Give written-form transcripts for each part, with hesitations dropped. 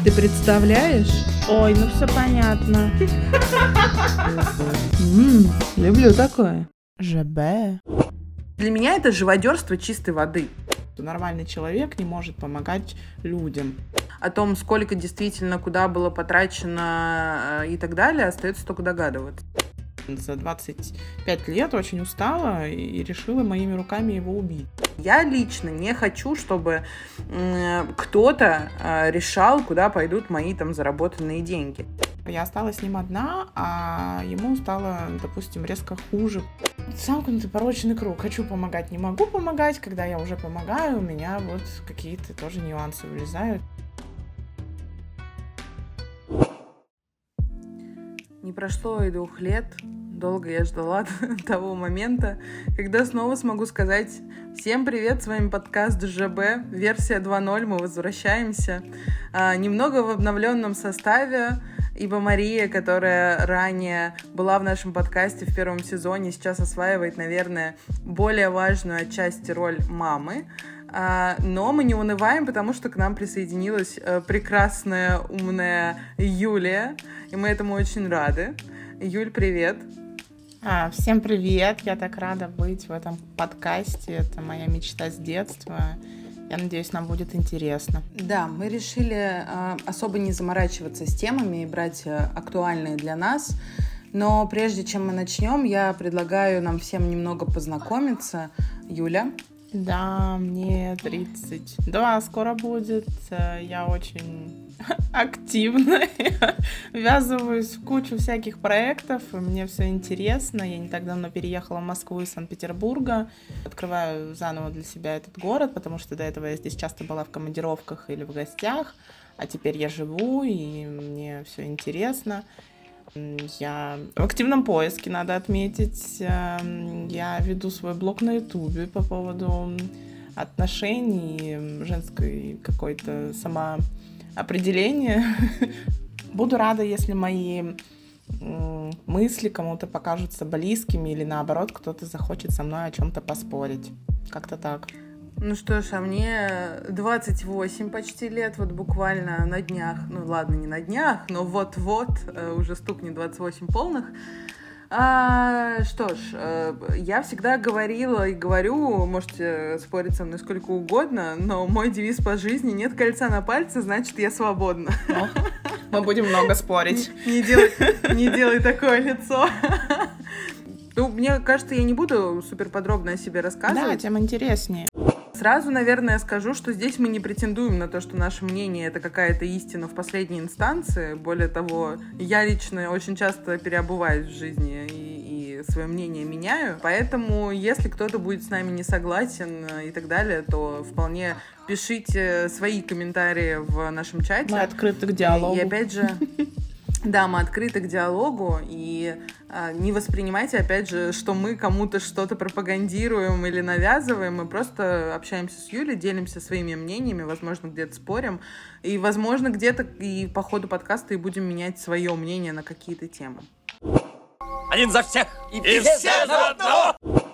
Ты представляешь? Ой, ну все понятно. Люблю такое. ЖБ. Для меня это живодерство чистой воды. Нормальный человек не может помогать людям. О том, сколько действительно куда было потрачено и так далее, остается только догадываться. За 25 лет очень устала и решила моими руками его убить. Я лично не хочу, чтобы кто-то решал, куда пойдут мои там заработанные деньги. Я осталась с ним одна, а ему стало, допустим, резко хуже. Замкнутый порочный круг. Хочу помогать, не могу помогать. Когда я уже помогаю, у меня вот какие-то тоже нюансы вылезают. Не прошло и 2 лет. Долго я ждала того момента, когда снова смогу сказать всем привет, с вами подкаст ЖБ, версия 2.0, мы возвращаемся. Немного в обновленном составе, ибо Мария, которая ранее была в нашем подкасте в 1 сезоне, сейчас осваивает, наверное, более важную отчасти роль мамы. Но мы не унываем, потому что к нам присоединилась прекрасная, умная Юлия, и мы этому очень рады. Юль, привет! Всем привет! Я так рада быть в этом подкасте. Это моя мечта с детства. Я надеюсь, нам будет интересно. Да, мы решили особо не заморачиваться с темами и брать актуальные для нас. Но прежде чем мы начнем, я предлагаю нам всем немного познакомиться. Юля? Да, мне 32 скоро будет. Я очень активно ввязываюсь в кучу всяких проектов. Мне все интересно. Я не так давно переехала в Москву из Санкт-Петербурга. Открываю заново для себя этот город, потому что до этого я здесь часто была в командировках или в гостях. А теперь я живу, и мне все интересно. Я в активном поиске, надо отметить. Я веду свой блог на Ютубе по поводу отношений, женской какой-то самоопределения. Буду рада, если мои мысли кому-то покажутся близкими или наоборот, кто-то захочет со мной о чем-то поспорить. Как-то так. Ну что ж, а мне 28 почти лет, вот буквально на днях, ну ладно, не на днях, но вот-вот уже стукнет 28 полных. Что ж, я всегда говорила и говорю, можете спорить со мной сколько угодно, но мой девиз по жизни: нет кольца на пальце, значит, я свободна. Мы будем много спорить. Не делай такое лицо. Ну, мне кажется, я не буду супер подробно о себе рассказывать. Да, тем интереснее. Сразу, наверное, скажу, что здесь мы не претендуем на то, что наше мнение — это какая-то истина в последней инстанции. Более того, я лично очень часто переобуваюсь в жизни и свое мнение меняю. Поэтому, если кто-то будет с нами не согласен и так далее, то вполне пишите свои комментарии в нашем чате. Мы открыты к диалогу. И опять же... Да, мы открыты к диалогу, и не воспринимайте, опять же, что мы кому-то что-то пропагандируем или навязываем. Мы просто общаемся с Юлей, делимся своими мнениями, возможно, где-то спорим, и, возможно, где-то и по ходу подкаста и будем менять свое мнение на какие-то темы. Один за всех и все за одного!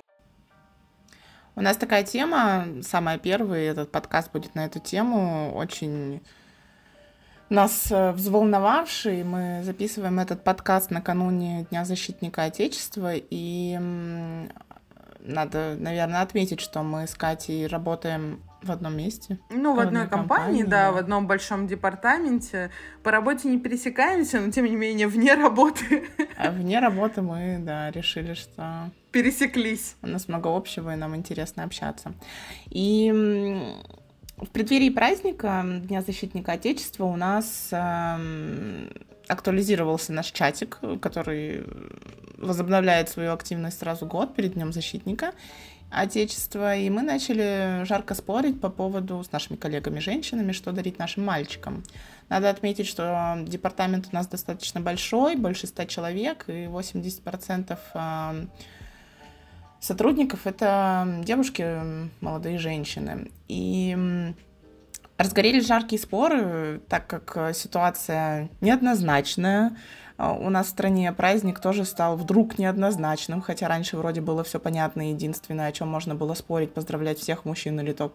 У нас такая тема, самая первая, этот подкаст будет на эту тему, очень... нас взволновавший. Мы записываем этот подкаст накануне Дня защитника Отечества, и надо, наверное, отметить, что мы с Катей работаем в одном месте. Ну, в одной компании, да, в одном большом департаменте. По работе не пересекаемся, но, тем не менее, вне работы. А вне работы мы, да, решили, что... пересеклись. У нас много общего, и нам интересно общаться. И... в преддверии праздника Дня защитника Отечества у нас актуализировался наш чатик, который возобновляет свою активность сразу год перед Днем защитника Отечества. И мы начали жарко спорить по поводу с нашими коллегами-женщинами, что дарить нашим мальчикам. Надо отметить, что департамент у нас достаточно большой, больше 100 человек, и 80% сотрудников — это девушки, молодые женщины. И разгорелись жаркие споры, так как ситуация неоднозначная. У нас в стране праздник тоже стал вдруг неоднозначным, хотя раньше вроде было все понятно и единственное, о чем можно было спорить, поздравлять всех мужчин или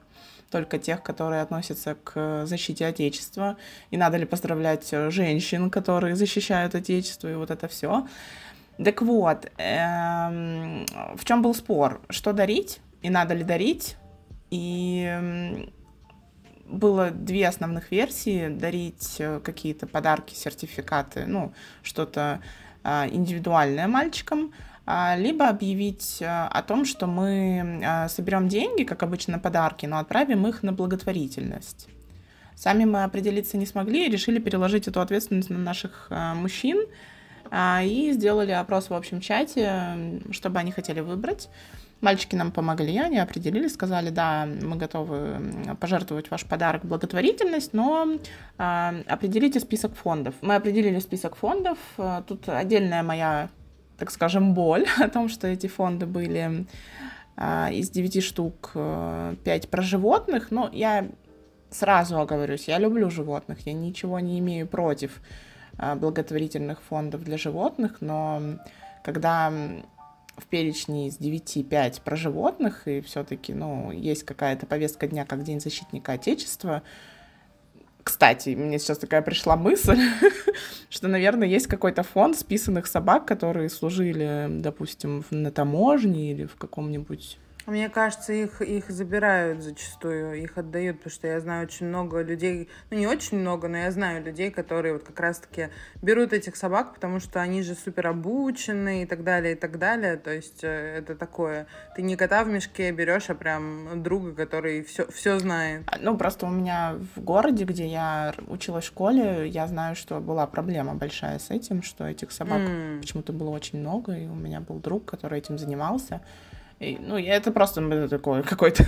только тех, которые относятся к защите Отечества, и надо ли поздравлять женщин, которые защищают Отечество, и вот это все. Так вот, в чем был спор? Что дарить, и надо ли дарить? И было две основных версии: дарить какие-то подарки, сертификаты, что-то индивидуальное мальчикам, либо объявить о том, что мы соберем деньги, как обычно, на подарки, но отправим их на благотворительность. Сами мы определиться не смогли и решили переложить эту ответственность на наших мужчин, и сделали опрос в общем чате, что бы они хотели выбрать. Мальчики нам помогли, они определили, сказали: да, мы готовы пожертвовать ваш подарок в благотворительность, но определите список фондов. Мы определили список фондов. Тут отдельная моя, так скажем, боль о том, что эти фонды были из 9 штук 5 про животных. Но я сразу оговорюсь, я люблю животных, я ничего не имею против благотворительных фондов для животных, но когда в перечне из 9 5 про животных, и все-таки, есть какая-то повестка дня, как День защитника Отечества. Кстати, мне сейчас такая пришла мысль, что, наверное, есть какой-то фонд списанных собак, которые служили, допустим, на таможне или в каком-нибудь... Мне кажется, их забирают зачастую, их отдают, потому что я знаю очень много людей, не очень много, но я знаю людей, которые вот как раз-таки берут этих собак, потому что они же супер обучены и так далее, и так далее. То есть это такое, ты не кота в мешке берешь, а прям друга, который все знает. Просто у меня в городе, где я училась в школе, я знаю, что была проблема большая с этим, что этих собак почему-то было очень много, и у меня был друг, который этим занимался. Это просто такое какой-то...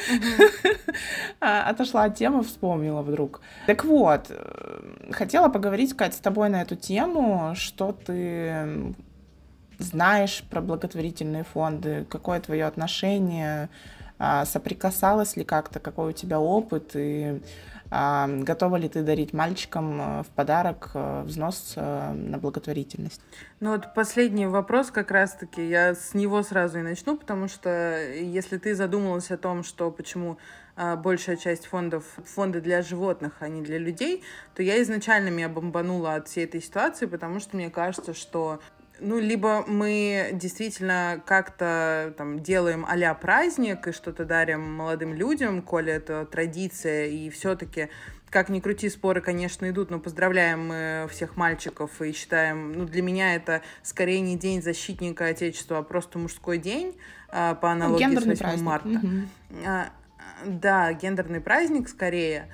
Отошла от темы, вспомнила вдруг. Так вот, хотела поговорить, Кать, с тобой на эту тему. Что ты знаешь про благотворительные фонды? Какое твое отношение? Соприкасалась ли как-то? Какой у тебя опыт? И готова ли ты дарить мальчикам в подарок взнос на благотворительность? Последний вопрос как раз-таки, я с него сразу и начну, потому что если ты задумалась о том, что почему большая часть фонды для животных, а не для людей, то я изначально меня бомбанула от всей этой ситуации, потому что мне кажется, что либо мы действительно как-то там делаем а-ля праздник и что-то дарим молодым людям, коли это традиция, и все-таки, как ни крути, споры, конечно, идут, но поздравляем мы всех мальчиков и считаем, для меня это скорее не День защитника Отечества, а просто мужской день, по аналогии с 8 марта. Угу. Да, гендерный праздник скорее.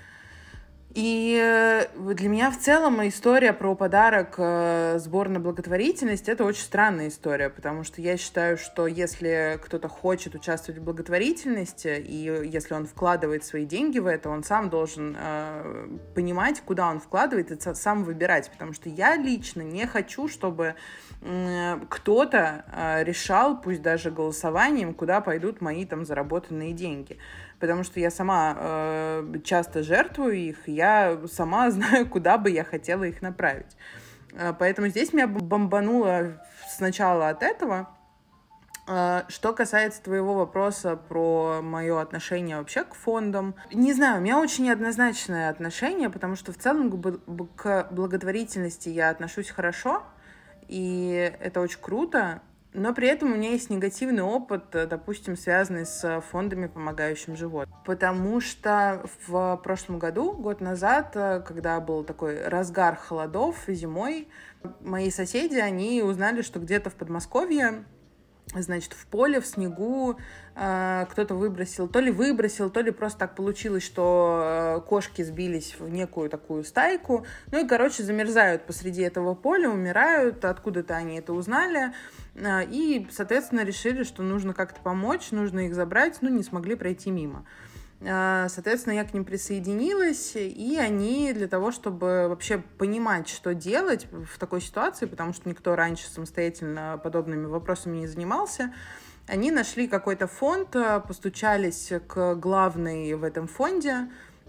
И для меня в целом история про подарок сбор на благотворительность — это очень странная история, потому что я считаю, что если кто-то хочет участвовать в благотворительности, и если он вкладывает свои деньги в это, он сам должен понимать, куда он вкладывает, и сам выбирать, потому что я лично не хочу, чтобы кто-то решал, пусть даже голосованием, куда пойдут мои там заработанные деньги. Потому что я сама часто жертвую их, и я сама знаю, куда бы я хотела их направить. Поэтому здесь меня бомбануло сначала от этого. Что касается твоего вопроса про мое отношение вообще к фондам, не знаю, у меня очень неоднозначное отношение, потому что в целом к благотворительности я отношусь хорошо, и это очень круто. Но при этом у меня есть негативный опыт, допустим, связанный с фондами, помогающим животным. Потому что в прошлом году, год назад, когда был такой разгар холодов зимой, мои соседи, они узнали, что где-то в Подмосковье, значит, в поле, в снегу кто-то выбросил, то ли просто так получилось, что кошки сбились в некую такую стайку, и, замерзают посреди этого поля, умирают, откуда-то они это узнали, и, соответственно, решили, что нужно как-то помочь, нужно их забрать, не смогли пройти мимо. Соответственно, я к ним присоединилась, и они для того, чтобы вообще понимать, что делать в такой ситуации, потому что никто раньше самостоятельно подобными вопросами не занимался, они нашли какой-то фонд, постучались к главной в этом фонде,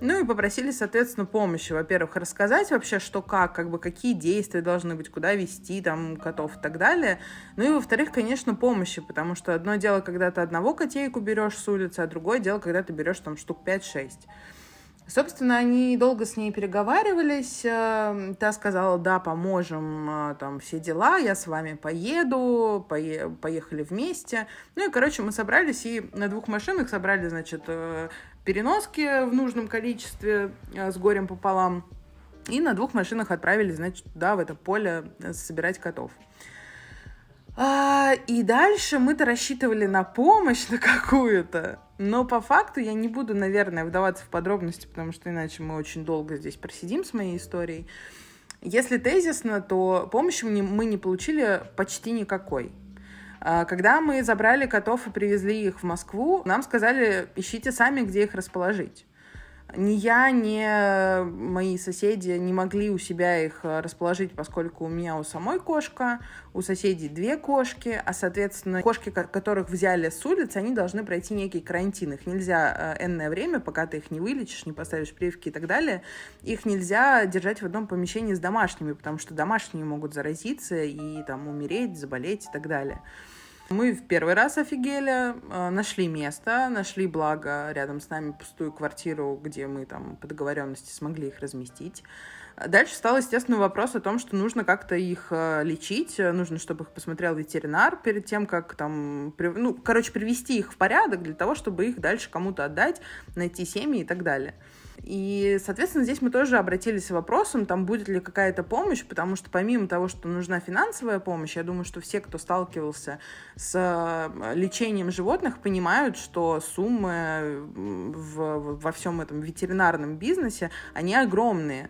Ну и попросили, соответственно, помощи. Во-первых, рассказать вообще, что как бы какие действия должны быть, куда вести там котов и так далее. Ну и, во-вторых, конечно, помощи, потому что одно дело, когда ты одного котейку берешь с улицы, а другое дело, когда ты берешь там штук 5-6. Собственно, они долго с ней переговаривались. Та сказала, да, поможем, там, все дела, я с вами поеду, поехали вместе. Ну и, короче, мы собрались и на 2 машинах собрали, значит, переноски в нужном количестве с горем пополам. И на 2 машинах отправились, значит, туда, в это поле, собирать котов. И дальше мы-то рассчитывали на помощь на какую-то. Но по факту я не буду, наверное, вдаваться в подробности, потому что иначе мы очень долго здесь просидим с моей историей. Если тезисно, то помощи мы не получили почти никакой. Когда мы забрали котов и привезли их в Москву, нам сказали, ищите сами, где их расположить. Ни я, ни мои соседи не могли у себя их расположить, поскольку у меня у самой кошка, у соседей 2 кошки, а, соответственно, кошки, которых взяли с улицы, они должны пройти некий карантин. Их нельзя энное время, пока ты их не вылечишь, не поставишь прививки и так далее, их нельзя держать в одном помещении с домашними, потому что домашние могут заразиться и там умереть, заболеть и так далее. Мы в первый раз офигели, нашли место, нашли, благо, рядом с нами пустую квартиру, где мы там по договоренности смогли их разместить. Дальше стал, естественно, вопрос о том, что нужно как-то их лечить, нужно, чтобы их посмотрел ветеринар перед тем, как там, привести их в порядок для того, чтобы их дальше кому-то отдать, найти семьи и так далее. И, соответственно, здесь мы тоже обратились с вопросом, там будет ли какая-то помощь, потому что помимо того, что нужна финансовая помощь, я думаю, что все, кто сталкивался с лечением животных, понимают, что суммы во всем этом ветеринарном бизнесе, они огромные.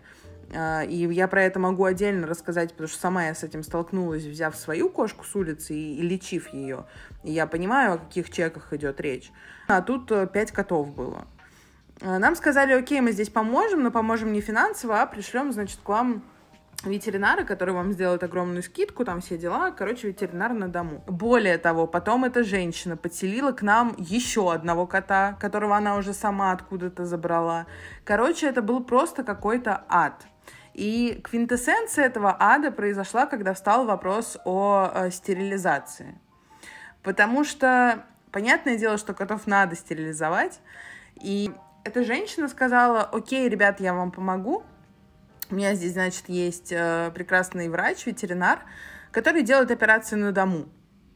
И я про это могу отдельно рассказать, потому что сама я с этим столкнулась, взяв свою кошку с улицы и лечив ее. И я понимаю, о каких чеках идет речь. А тут 5 котов было. Нам сказали, окей, мы здесь поможем, но поможем не финансово, а пришлем, значит, к вам ветеринара, который вам сделает огромную скидку, там все дела, короче, ветеринар на дому. Более того, потом эта женщина подселила к нам еще одного кота, которого она уже сама откуда-то забрала. Короче, это был просто какой-то ад. И квинтэссенция этого ада произошла, когда встал вопрос о стерилизации. Потому что, понятное дело, что котов надо стерилизовать, и эта женщина сказала, окей, ребят, я вам помогу. У меня здесь, значит, есть прекрасный врач, ветеринар, который делает операции на дому.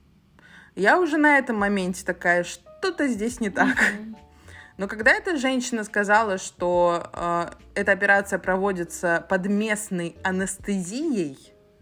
Я уже на этом моменте такая, что-то здесь не так. Но когда эта женщина сказала, что эта операция проводится под местной анестезией,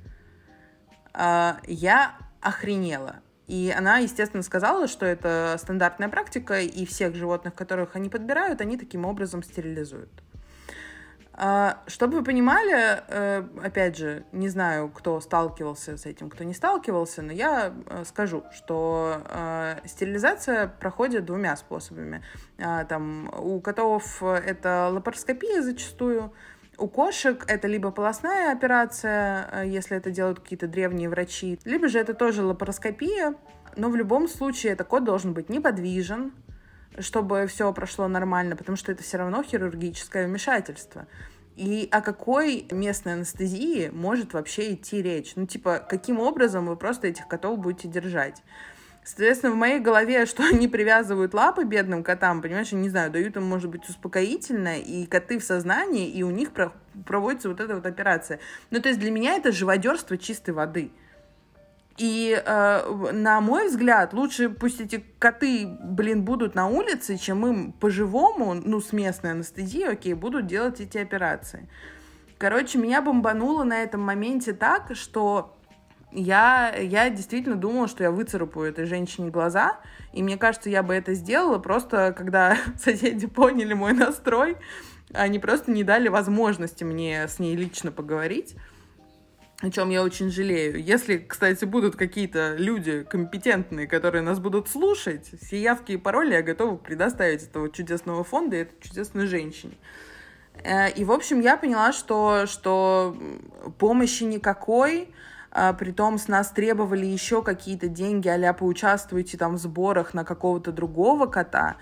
я охренела. И она, естественно, сказала, что это стандартная практика, и всех животных, которых они подбирают, они таким образом стерилизуют. Чтобы вы понимали, опять же, не знаю, кто сталкивался с этим, кто не сталкивался, но я скажу, что стерилизация проходит 2 способами. Там, у котов это лапароскопия зачастую, у кошек это либо полостная операция, если это делают какие-то древние врачи, либо же это тоже лапароскопия, но в любом случае этот кот должен быть неподвижен, чтобы все прошло нормально, потому что это все равно хирургическое вмешательство. И о какой местной анестезии может вообще идти речь? Каким образом вы просто этих котов будете держать? Соответственно, в моей голове, что они привязывают лапы бедным котам, понимаешь, я не знаю, дают им, может быть, успокоительное, и коты в сознании, и у них проводится вот эта вот операция. То есть для меня это живодерство чистой воды. И, на мой взгляд, лучше пусть эти коты, будут на улице, чем им по-живому, с местной анестезией, окей, будут делать эти операции. Короче, меня бомбануло на этом моменте так, что я действительно думала, что я выцарапаю этой женщине глаза, и мне кажется, я бы это сделала, просто когда соседи поняли мой настрой, они просто не дали возможности мне с ней лично поговорить, о чем я очень жалею. Если, кстати, будут какие-то люди компетентные, которые нас будут слушать, все явки и пароли я готова предоставить этого чудесного фонда и этой чудесной женщине. И, в общем, я поняла, что помощи никакой, притом с нас требовали еще какие-то деньги, а-ля поучаствуйте там в сборах на какого-то другого кота.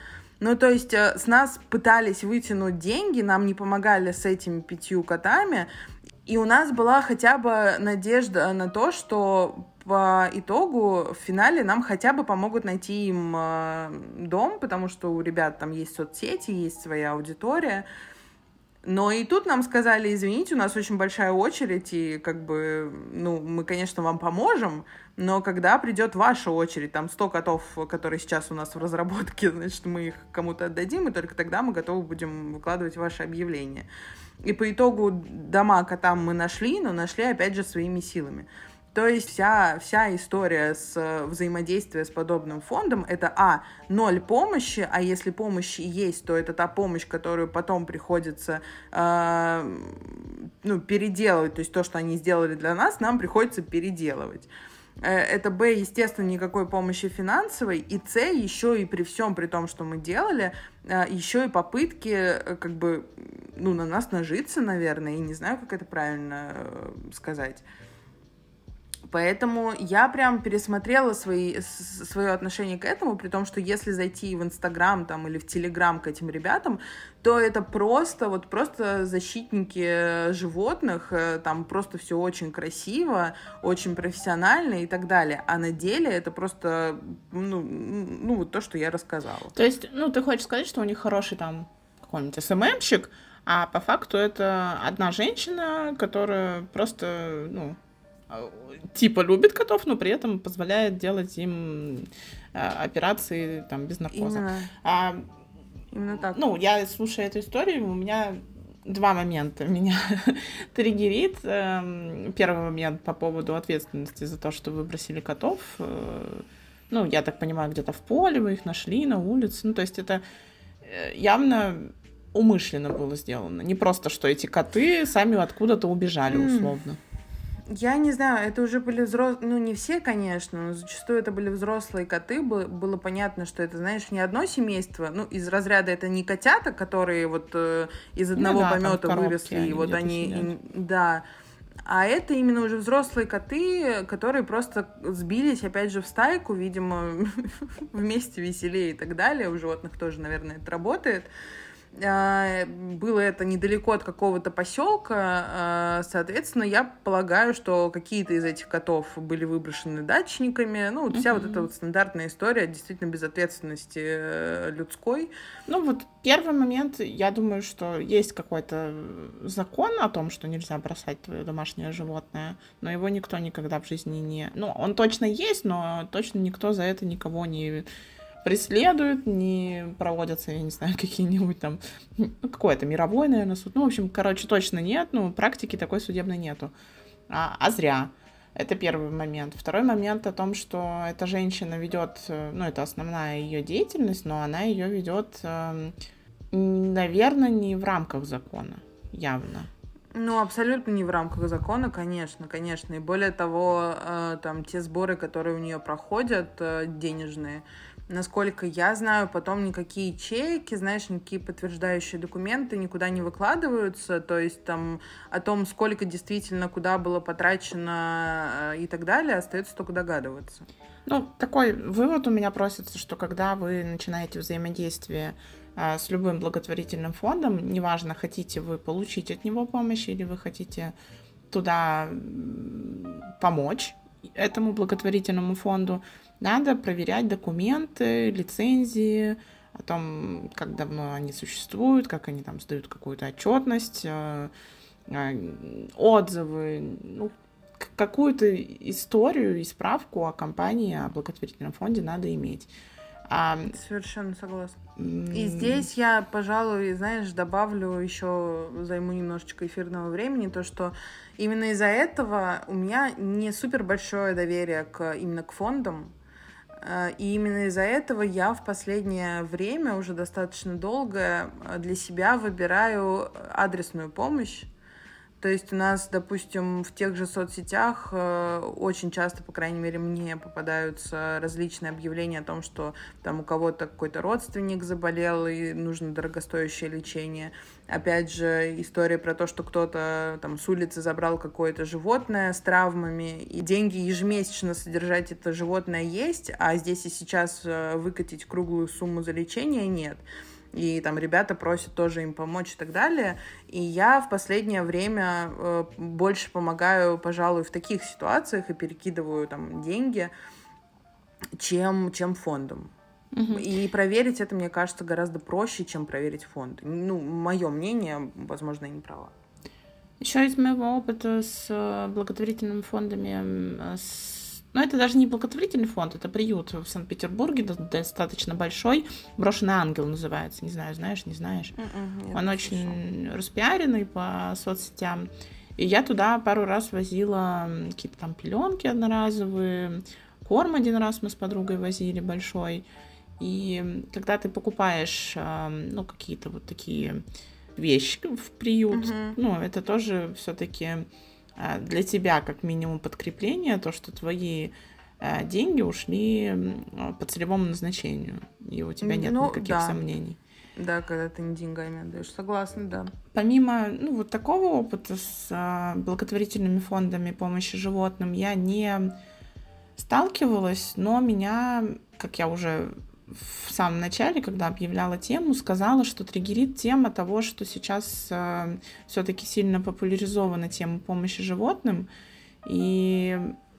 Ну, то есть с нас пытались вытянуть деньги, нам не помогали с этими 5 котами, и у нас была хотя бы надежда на то, что по итогу в финале нам хотя бы помогут найти им дом, потому что у ребят там есть соцсети, есть своя аудитория. Но и тут нам сказали: извините, у нас очень большая очередь, и как бы, ну, мы, конечно, вам поможем, но когда придет ваша очередь, там 100 котов, которые сейчас у нас в разработке, значит, мы их кому-то отдадим, и только тогда мы готовы будем выкладывать ваше объявление. И по итогу дома котам мы нашли, но нашли, опять же, своими силами. То есть вся история с взаимодействия с подобным фондом — это, ноль помощи, а если помощь есть, то это та помощь, которую потом приходится переделывать, то есть то, что они сделали для нас, нам приходится переделывать. Это Б, естественно, никакой помощи финансовой, и С, еще и при всем при том, что мы делали, еще и попытки как бы, на нас нажиться, наверное, и не знаю, как это правильно сказать. Поэтому я прям пересмотрела свое отношение к этому, при том, что если зайти в Инстаграм там, или в Телеграм к этим ребятам, то это просто защитники животных, там просто все очень красиво, очень профессионально и так далее. А на деле это просто, вот то, что я рассказала. То есть, ты хочешь сказать, что у них хороший там какой-нибудь СММщик, а по факту это одна женщина, которая просто, типа любит котов, но при этом позволяет делать им операции там без наркоза. Именно так. Я слушаю эту историю, у меня 2 момента меня триггерит. Первый момент по поводу ответственности за то, что вы бросили котов. Я так понимаю, где-то в поле вы их нашли, на улице. То есть это явно умышленно было сделано. Не просто, что эти коты сами откуда-то убежали, условно. Я не знаю, это уже были взрослые, не все, конечно, но зачастую это были взрослые коты, было понятно, что это, знаешь, не одно семейство, из разряда это не котята, которые вот из одного помета выросли, и вот они, да, а это именно уже взрослые коты, которые просто сбились, опять же, в стайку, видимо, вместе веселее и так далее, у животных тоже, наверное, это работает. Было это недалеко от какого-то поселка, соответственно, я полагаю, что какие-то из этих котов были выброшены дачниками, вся вот эта вот стандартная история действительно безответственности людской. Первый момент, я думаю, что есть какой-то закон о том, что нельзя бросать твое домашнее животное, но его никто никогда в жизни не... он точно есть, но точно никто за это никого не преследуют, не проводятся, я не знаю, какие-нибудь там, какой-то мировой, наверное, суд. В общем, точно нет, практики такой судебной нету. А зря. Это первый момент. Второй момент о том, что эта женщина ведет, это основная ее деятельность, но она ее ведет, наверное, не в рамках закона, явно. Абсолютно не в рамках закона, конечно. И более того, там те сборы, которые у нее проходят, денежные, насколько я знаю, потом никакие чеки, никакие подтверждающие документы никуда не выкладываются, то есть там о том, сколько действительно куда было потрачено и так далее, остается только догадываться. Такой вывод у меня просится, что когда вы начинаете взаимодействие с любым благотворительным фондом, неважно, хотите вы получить от него помощь или вы хотите туда помочь этому благотворительному фонду, надо проверять документы, лицензии, о том, как давно они существуют, как они там сдают какую-то отчетность, отзывы, какую-то историю и справку о компании, о благотворительном фонде надо иметь. Совершенно согласна. И здесь я, пожалуй, добавлю еще, займу немножечко эфирного времени, то, что именно из-за этого у меня не супер большое доверие именно к фондам, и именно из-за этого я в последнее время, уже достаточно долго, для себя выбираю адресную помощь. То есть у нас, допустим, в тех же соцсетях очень часто, по крайней мере, мне попадаются различные объявления о том, что там у кого-то какой-то родственник заболел и нужно дорогостоящее лечение. Опять же, история про то, что кто-то там с улицы забрал какое-то животное с травмами, и деньги ежемесячно содержать это животное есть, а здесь и сейчас выкатить круглую сумму за лечение нет. И там ребята просят тоже им помочь и так далее. И я в последнее время больше помогаю, пожалуй, в таких ситуациях и перекидываю там деньги, чем фондом. И проверить это, мне кажется, гораздо проще, чем проверить фонд. Ну, мое мнение, возможно, я не права. Еще из моего опыта с благотворительными фондами, но это даже не благотворительный фонд, это приют в Санкт-Петербурге, достаточно большой, «Брошенный ангел» называется, не знаю, знаешь, не знаешь. Он очень распиаренный по соцсетям, и я туда пару раз возила какие-то там пеленки одноразовые, корм один раз мы с подругой возили большой, и когда ты покупаешь, ну, какие-то вот такие вещи в приют, ну, это тоже все-таки для тебя как минимум подкрепление, то, что твои деньги ушли по целевому назначению, и у тебя нет никаких сомнений. Да, когда ты не деньгами отдаешь, согласна, да. Помимо вот такого опыта с благотворительными фондами помощи животным я не сталкивалась, но меня, как я уже в самом начале, когда объявляла тему, сказала, что триггерит тема того, что сейчас все-таки сильно популяризована тема помощи животным. И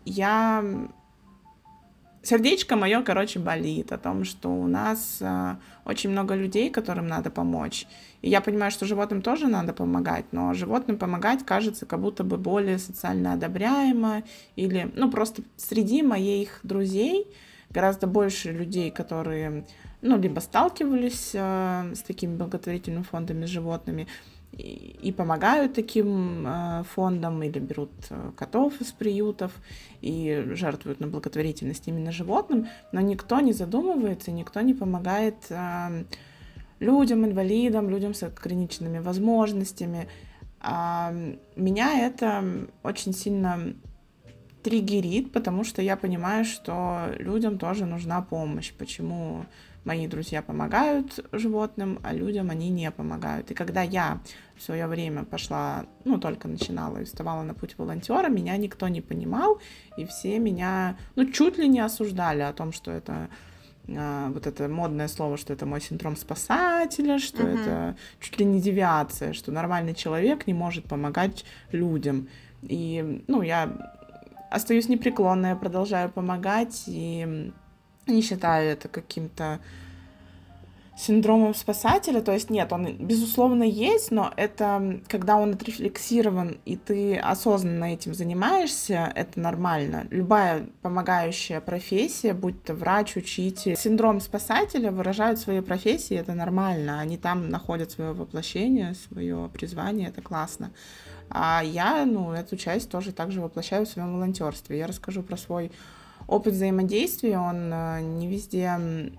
сердечко мое, болит о том, что у нас очень много людей, которым надо помочь. И я понимаю, что животным тоже надо помогать, но животным помогать кажется как будто бы более социально одобряемо. Или, просто среди моих друзей гораздо больше людей, которые, либо сталкивались с такими благотворительными фондами с животными и помогают таким фондам, или берут котов из приютов и жертвуют на благотворительность именно животным, но никто не задумывается, никто не помогает людям, инвалидам, людям с ограниченными возможностями. Меня это очень сильно триггерит, потому что я понимаю, что людям тоже нужна помощь. Почему мои друзья помогают животным, а людям они не помогают. И когда я в свое время пошла, только начинала и вставала на путь волонтера, меня никто не понимал, и все меня, чуть ли не осуждали о том, что это вот это модное слово, что это мой синдром спасателя, что это чуть ли не девиация, что нормальный человек не может помогать людям. И, я остаюсь непреклонной, я продолжаю помогать, и не считаю это каким-то синдромом спасателя. То есть нет, он, безусловно, есть, но это, когда он отрефлексирован, и ты осознанно этим занимаешься, это нормально. Любая помогающая профессия, будь то врач, учитель, синдром спасателя выражают свои профессии, это нормально. Они там находят свое воплощение, свое призвание, это классно. А я, эту часть тоже также воплощаю в своем волонтерстве. Я расскажу про свой опыт взаимодействия. Он не везде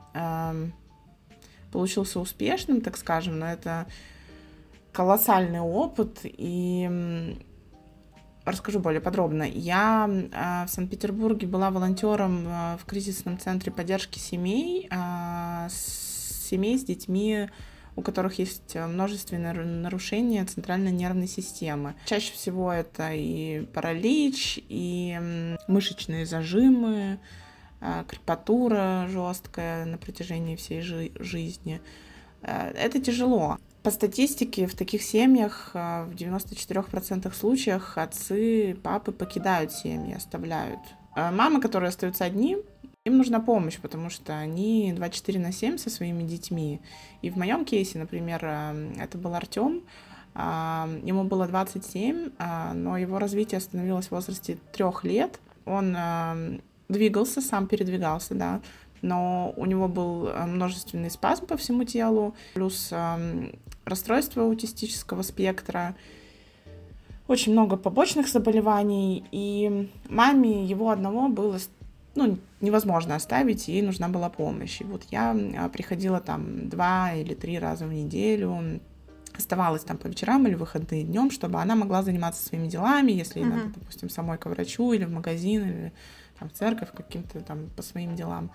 получился успешным, так скажем, но это колоссальный опыт. И расскажу более подробно. Я в Санкт-Петербурге была волонтером в кризисном центре поддержки семей, семей с детьми, у которых есть множественные нарушения центральной нервной системы. Чаще всего это и паралич, и мышечные зажимы, крепатура жесткая на протяжении всей жизни. Это тяжело. По статистике, в таких семьях в 94% случаев отцы, папы покидают семьи, оставляют. Мамы, которые остаются одни, им нужна помощь, потому что они 24/7 со своими детьми. И в моем кейсе, например, это был Артем, ему было 27, но его развитие остановилось в возрасте 3 лет. Он двигался, сам передвигался, да, но у него был множественный спазм по всему телу, плюс расстройство аутистического спектра, очень много побочных заболеваний, и маме его одного было невозможно оставить, ей нужна была помощь. И вот я приходила там 2 или 3 раза в неделю, оставалась там по вечерам или выходные днем, чтобы она могла заниматься своими делами, если ей надо, допустим, самой к врачу или в магазин, или там, в церковь каким-то там по своим делам.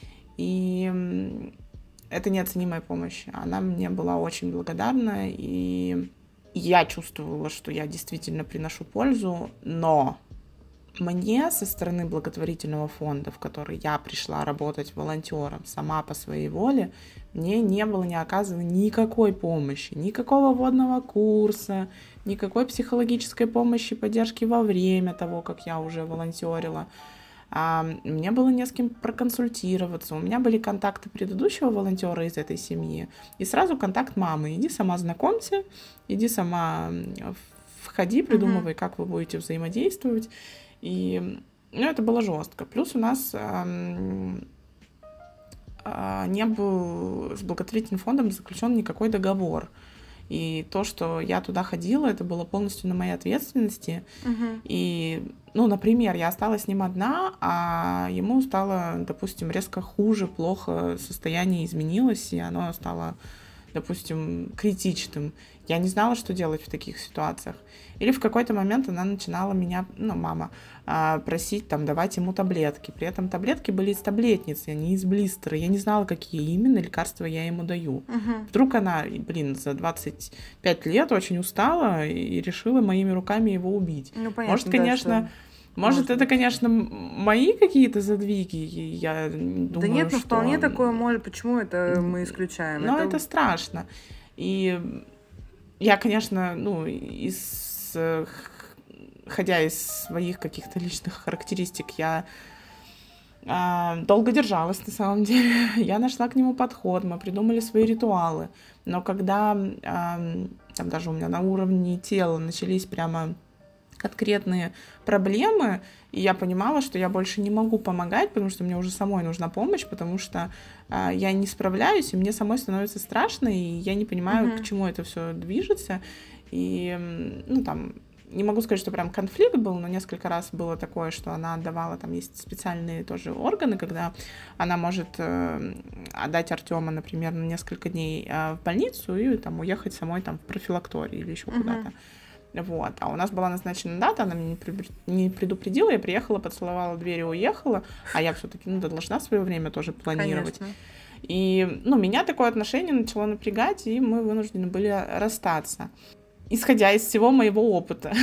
И это неоценимая помощь. Она мне была очень благодарна, и я чувствовала, что я действительно приношу пользу, но мне со стороны благотворительного фонда, в который я пришла работать волонтером сама по своей воле, мне не было не оказано никакой помощи, никакого вводного курса, никакой психологической помощи, поддержки во время того, как я уже волонтерила. Мне было не с кем проконсультироваться. У меня были контакты предыдущего волонтера из этой семьи, и сразу контакт мамы. Иди сама знакомься, иди сама входи, придумывай, как вы будете взаимодействовать. И это было жестко. Плюс у нас не был с благотворительным фондом заключен никакой договор. И то, что я туда ходила, это было полностью на моей ответственности. И, например, я осталась с ним одна, а ему стало, допустим, резко хуже, плохо, состояние изменилось, и оно стало, допустим, критичным. Я не знала, что делать в таких ситуациях. Или в какой-то момент она начинала меня, мама, просить давать ему таблетки. При этом таблетки были из таблетницы, а не из блистера. Я не знала, какие именно лекарства я ему даю. Вдруг она, за 25 лет очень устала и решила моими руками его убить. Понятно, может, конечно... Может, это, конечно, мои какие-то задвиги, я думаю, да нет, что... вполне такое может. Почему это мы исключаем? Но это страшно. И я, конечно, исходя из своих каких-то личных характеристик, я долго держалась, на самом деле. Я нашла к нему подход, мы придумали свои ритуалы. Но когда там даже у меня на уровне тела начались прямо конкретные проблемы, и я понимала, что я больше не могу помогать, потому что мне уже самой нужна помощь, потому что я не справляюсь, и мне самой становится страшно, и я не понимаю, к чему это все движется. И, не могу сказать, что прям конфликт был, но несколько раз было такое, что она отдавала, там есть специальные тоже органы, когда она может отдать Артема, например, на несколько дней в больницу и уехать самой в профилакторий или еще куда-то. Вот. А у нас была назначена дата, она меня не предупредила, я приехала, поцеловала дверь и уехала, а я все-таки должна свое время тоже планировать. Конечно. И меня такое отношение начало напрягать, и мы вынуждены были расстаться. Исходя из всего моего опыта.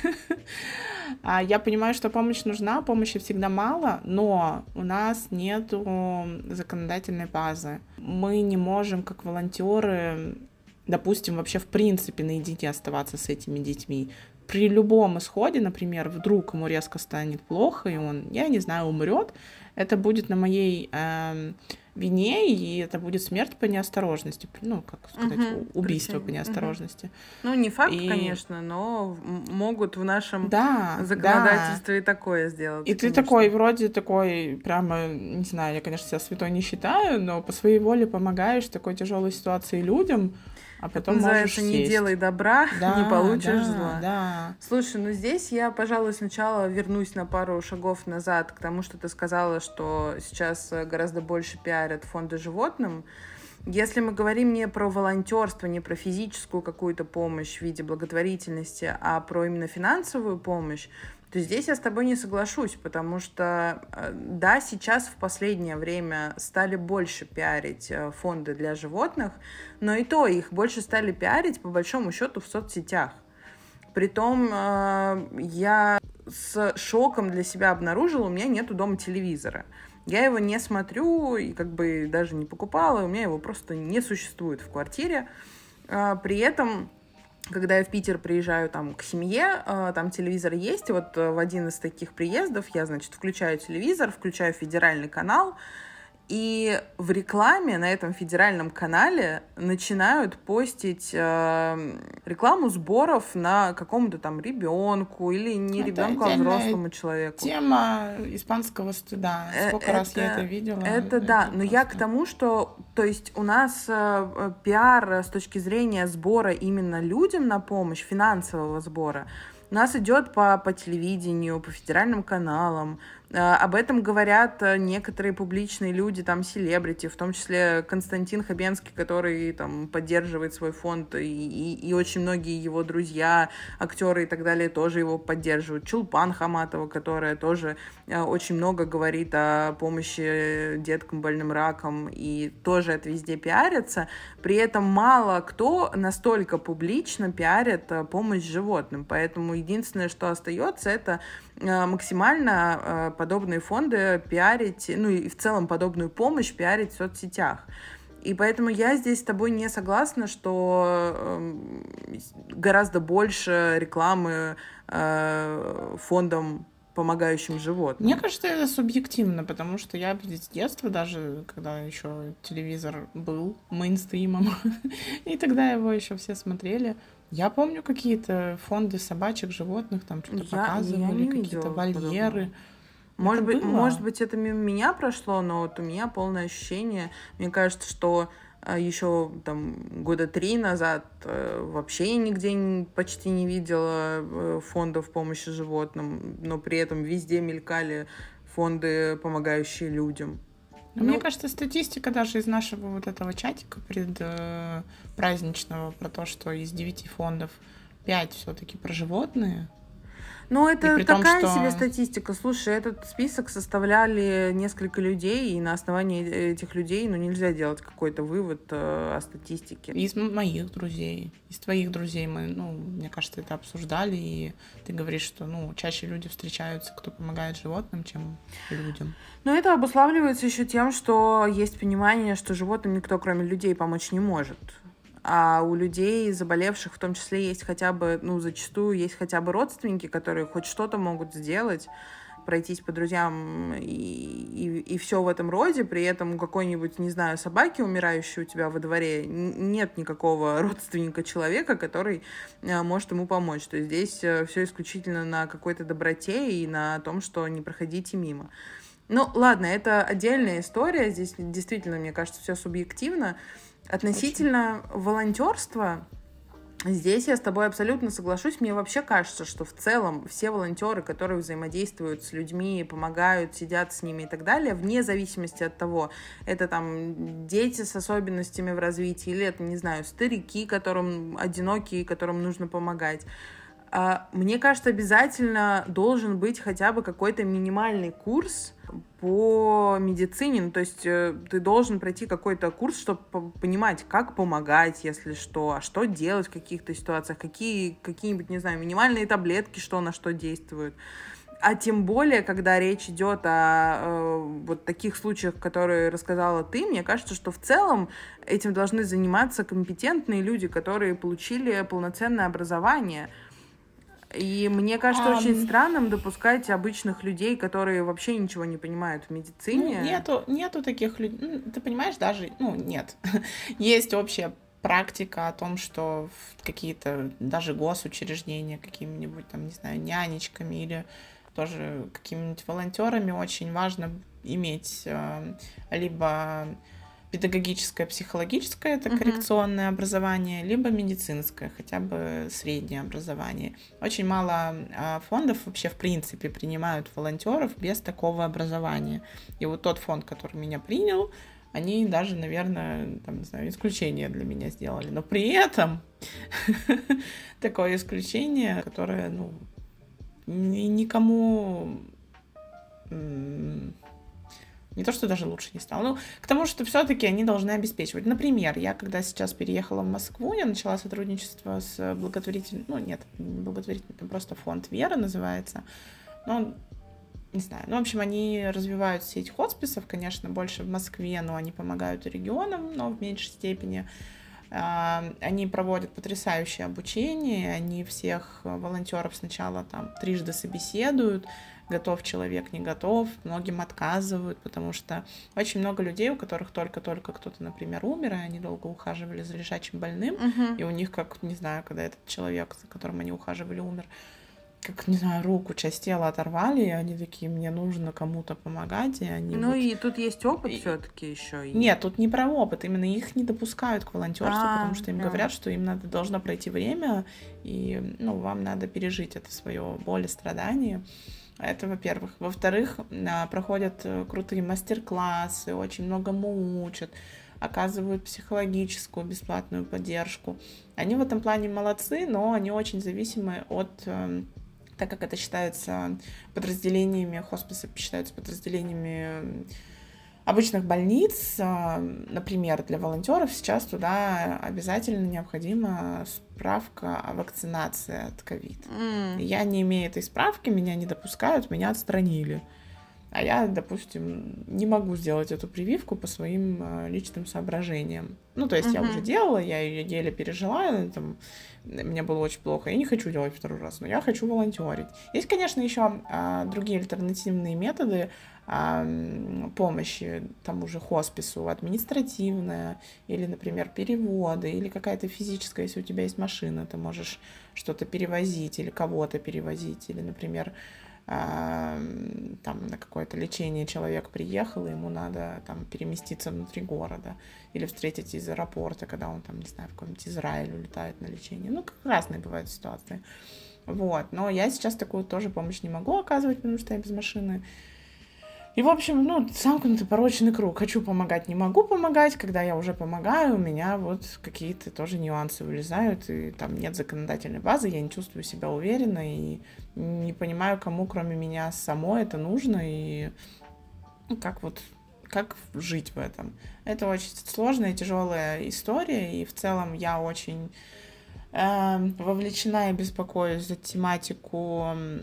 Я понимаю, что помощь нужна, помощи всегда мало, но у нас нет законодательной базы. Мы не можем, как волонтеры, допустим, вообще в принципе наедине оставаться с этими детьми. При любом исходе, например, вдруг ему резко станет плохо, и он, я не знаю, умрет, это будет на моей вине, и это будет смерть по неосторожности, как сказать, убийство по неосторожности. Не факт, конечно, но могут в нашем законодательстве и такое сделать. И конечно. Ты вроде такой, прямо, не знаю, я, конечно, себя святой не считаю, но по своей воле помогаешь в такой тяжелой ситуации людям, а потом можешь сесть. Не делай добра, не получишь зла. Да. Слушай, здесь я, пожалуй, сначала вернусь на пару шагов назад к тому, что ты сказала, что сейчас гораздо больше пиарят фонды животным. Если мы говорим не про волонтерство, не про физическую какую-то помощь в виде благотворительности, а про именно финансовую помощь, то здесь я с тобой не соглашусь, потому что, да, сейчас в последнее время стали больше пиарить фонды для животных, но и то их больше стали пиарить, по большому счету, в соцсетях. Притом я с шоком для себя обнаружила, у меня нету дома телевизора. Я его не смотрю и даже не покупала, у меня его просто не существует в квартире. При этом, когда я в Питер приезжаю к семье, там телевизор есть, и вот в один из таких приездов я, включаю телевизор, включаю федеральный канал, и в рекламе на этом федеральном канале начинают постить рекламу сборов на какому-то ребенку или не ребенку, а взрослому человеку. Тема испанского стыда. Сколько раз я это видела. Это да, но я к тому, что то есть у нас пиар с точки зрения сбора именно людям на помощь, финансового сбора, у нас идет по телевидению, по федеральным каналам, Об этом говорят некоторые публичные люди, там, селебрити, в том числе Константин Хабенский, который там поддерживает свой фонд, и очень многие его друзья, актеры и так далее тоже его поддерживают. Чулпан Хаматова, которая тоже очень много говорит о помощи деткам больным раком, и тоже это везде пиарится. При этом мало кто настолько публично пиарит помощь животным. Поэтому единственное, что остается, это максимально подобные фонды пиарить, ну и в целом подобную помощь пиарить в соцсетях. И поэтому я здесь с тобой не согласна, что гораздо больше рекламы фондам, помогающим животным. Мне кажется, это субъективно, потому что я с детства, даже когда еще телевизор был мейнстримом, и тогда его еще все смотрели, я помню какие-то фонды собачек, животных, там что-то показывали, какие-то вольеры. Может быть, это мимо меня прошло, но вот у меня полное ощущение. Мне кажется, что еще там 3 года назад вообще я нигде почти не видела фондов помощи животным, но при этом везде мелькали фонды, помогающие людям. Мне кажется, статистика даже из нашего вот этого чатика праздничного про то, что из 9 фондов 5 все-таки про животные. Ну, это такая себе статистика. Слушай, этот список составляли несколько людей, и на основании этих людей, нельзя делать какой-то вывод о статистике. Из моих друзей, из твоих друзей мы, мне кажется, это обсуждали, и ты говоришь, что, чаще люди встречаются, кто помогает животным, чем людям. Но это обуславливается еще тем, что есть понимание, что животным никто, кроме людей, помочь не может. А у людей, заболевших, в том числе, есть хотя бы, зачастую есть хотя бы родственники, которые хоть что-то могут сделать, пройтись по друзьям и все в этом роде. При этом у какой-нибудь, не знаю, собаки, умирающей у тебя во дворе, нет никакого родственника человека, который может ему помочь. То есть здесь все исключительно на какой-то доброте и на том, что не проходите мимо. Ладно, это отдельная история. Здесь действительно, мне кажется, все субъективно. Относительно волонтерства, здесь я с тобой абсолютно соглашусь. Мне вообще кажется, что в целом все волонтеры, которые взаимодействуют с людьми, помогают, сидят с ними и так далее, вне зависимости от того, это там дети с особенностями в развитии, или это, не знаю, старики, которым одинокие, которым нужно помогать. Мне кажется, обязательно должен быть хотя бы какой-то минимальный курс по медицине. То есть ты должен пройти какой-то курс, чтобы понимать, как помогать, если что, а что делать в каких-то ситуациях, какие-нибудь, не знаю, минимальные таблетки, что на что действуют. А тем более, когда речь идет о вот таких случаях, которые рассказала ты, мне кажется, что в целом этим должны заниматься компетентные люди, которые получили полноценное образование. И мне кажется очень странным допускать обычных людей, которые вообще ничего не понимают в медицине. Нету таких людей. Ты понимаешь, даже, нет. Есть общая практика о том, что в какие-то даже госучреждения какими-нибудь, там, не знаю, нянечками или тоже какими-нибудь волонтерами очень важно иметь либо педагогическое, психологическое, это коррекционное образование, либо медицинское, хотя бы среднее образование. Очень мало фондов вообще в принципе принимают волонтеров без такого образования. И вот тот фонд, который меня принял, они даже, наверное, там, не знаю, исключение для меня сделали. Но при этом такое исключение, которое, никому не то, что даже лучше не стало. К тому, что все-таки они должны обеспечивать. Например, я когда сейчас переехала в Москву, я начала сотрудничество с благотворительным, благотворительным, просто фонд «Вера» называется. Не знаю. В общем, они развивают сеть хосписов, конечно, больше в Москве, но они помогают и регионам, но в меньшей степени. Они проводят потрясающее обучение, они всех волонтеров сначала там 3 собеседуют, готов человек, не готов, многим отказывают, потому что очень много людей, у которых только-только кто-то, например, умер, и они долго ухаживали за лежачим больным, и у них, как, не знаю, когда этот человек, за которым они ухаживали, умер, как, не знаю, руку, часть тела оторвали, и они такие, мне нужно кому-то помогать, и они Ну вот... и тут есть опыт все-таки еще. Нет, тут не про опыт, именно их не допускают к волонтерству, потому что им да. говорят, что им должно пройти время, и, ну, вам надо пережить это свое боль и страдание. Это, во-первых. Во-вторых, проходят крутые мастер-классы, очень многому учат, оказывают психологическую бесплатную поддержку. Они в этом плане молодцы, но они очень зависимы от... Так как это считается подразделениями, хосписы считаются подразделениями обычных больниц, например, для волонтеров сейчас туда обязательно необходима справка о вакцинации от ковид. Я не имею этой справки, меня не допускают, меня отстранили. А я, допустим, не могу сделать эту прививку по своим личным соображениям. Ну, то есть я уже делала, я ее еле пережила, там, мне было очень плохо. Я не хочу делать второй раз, но я хочу волонтерить. Есть, конечно, еще другие альтернативные методы помощи тому же хоспису, административная, или, например, переводы, или какая-то физическая, если у тебя есть машина, ты можешь что-то перевозить или кого-то перевозить, или, например, там на какое-то лечение человек приехал, и ему надо там переместиться внутри города или встретить из аэропорта, когда он там, не знаю, в какой-нибудь Израиль улетает на лечение. Ну, как разные бывают ситуации. Вот. Но я сейчас такую тоже помощь не могу оказывать, потому что я без машины. И, в общем, ну, замкнутый порочный круг. Хочу помогать, не могу помогать. Когда я уже помогаю, у меня вот какие-то тоже нюансы вылезают, и там нет законодательной базы, я не чувствую себя уверенно, и не понимаю, кому, кроме меня самой, это нужно, и как жить в этом. Это очень сложная и тяжелая история, и в целом я очень вовлечена и беспокоюсь за тематику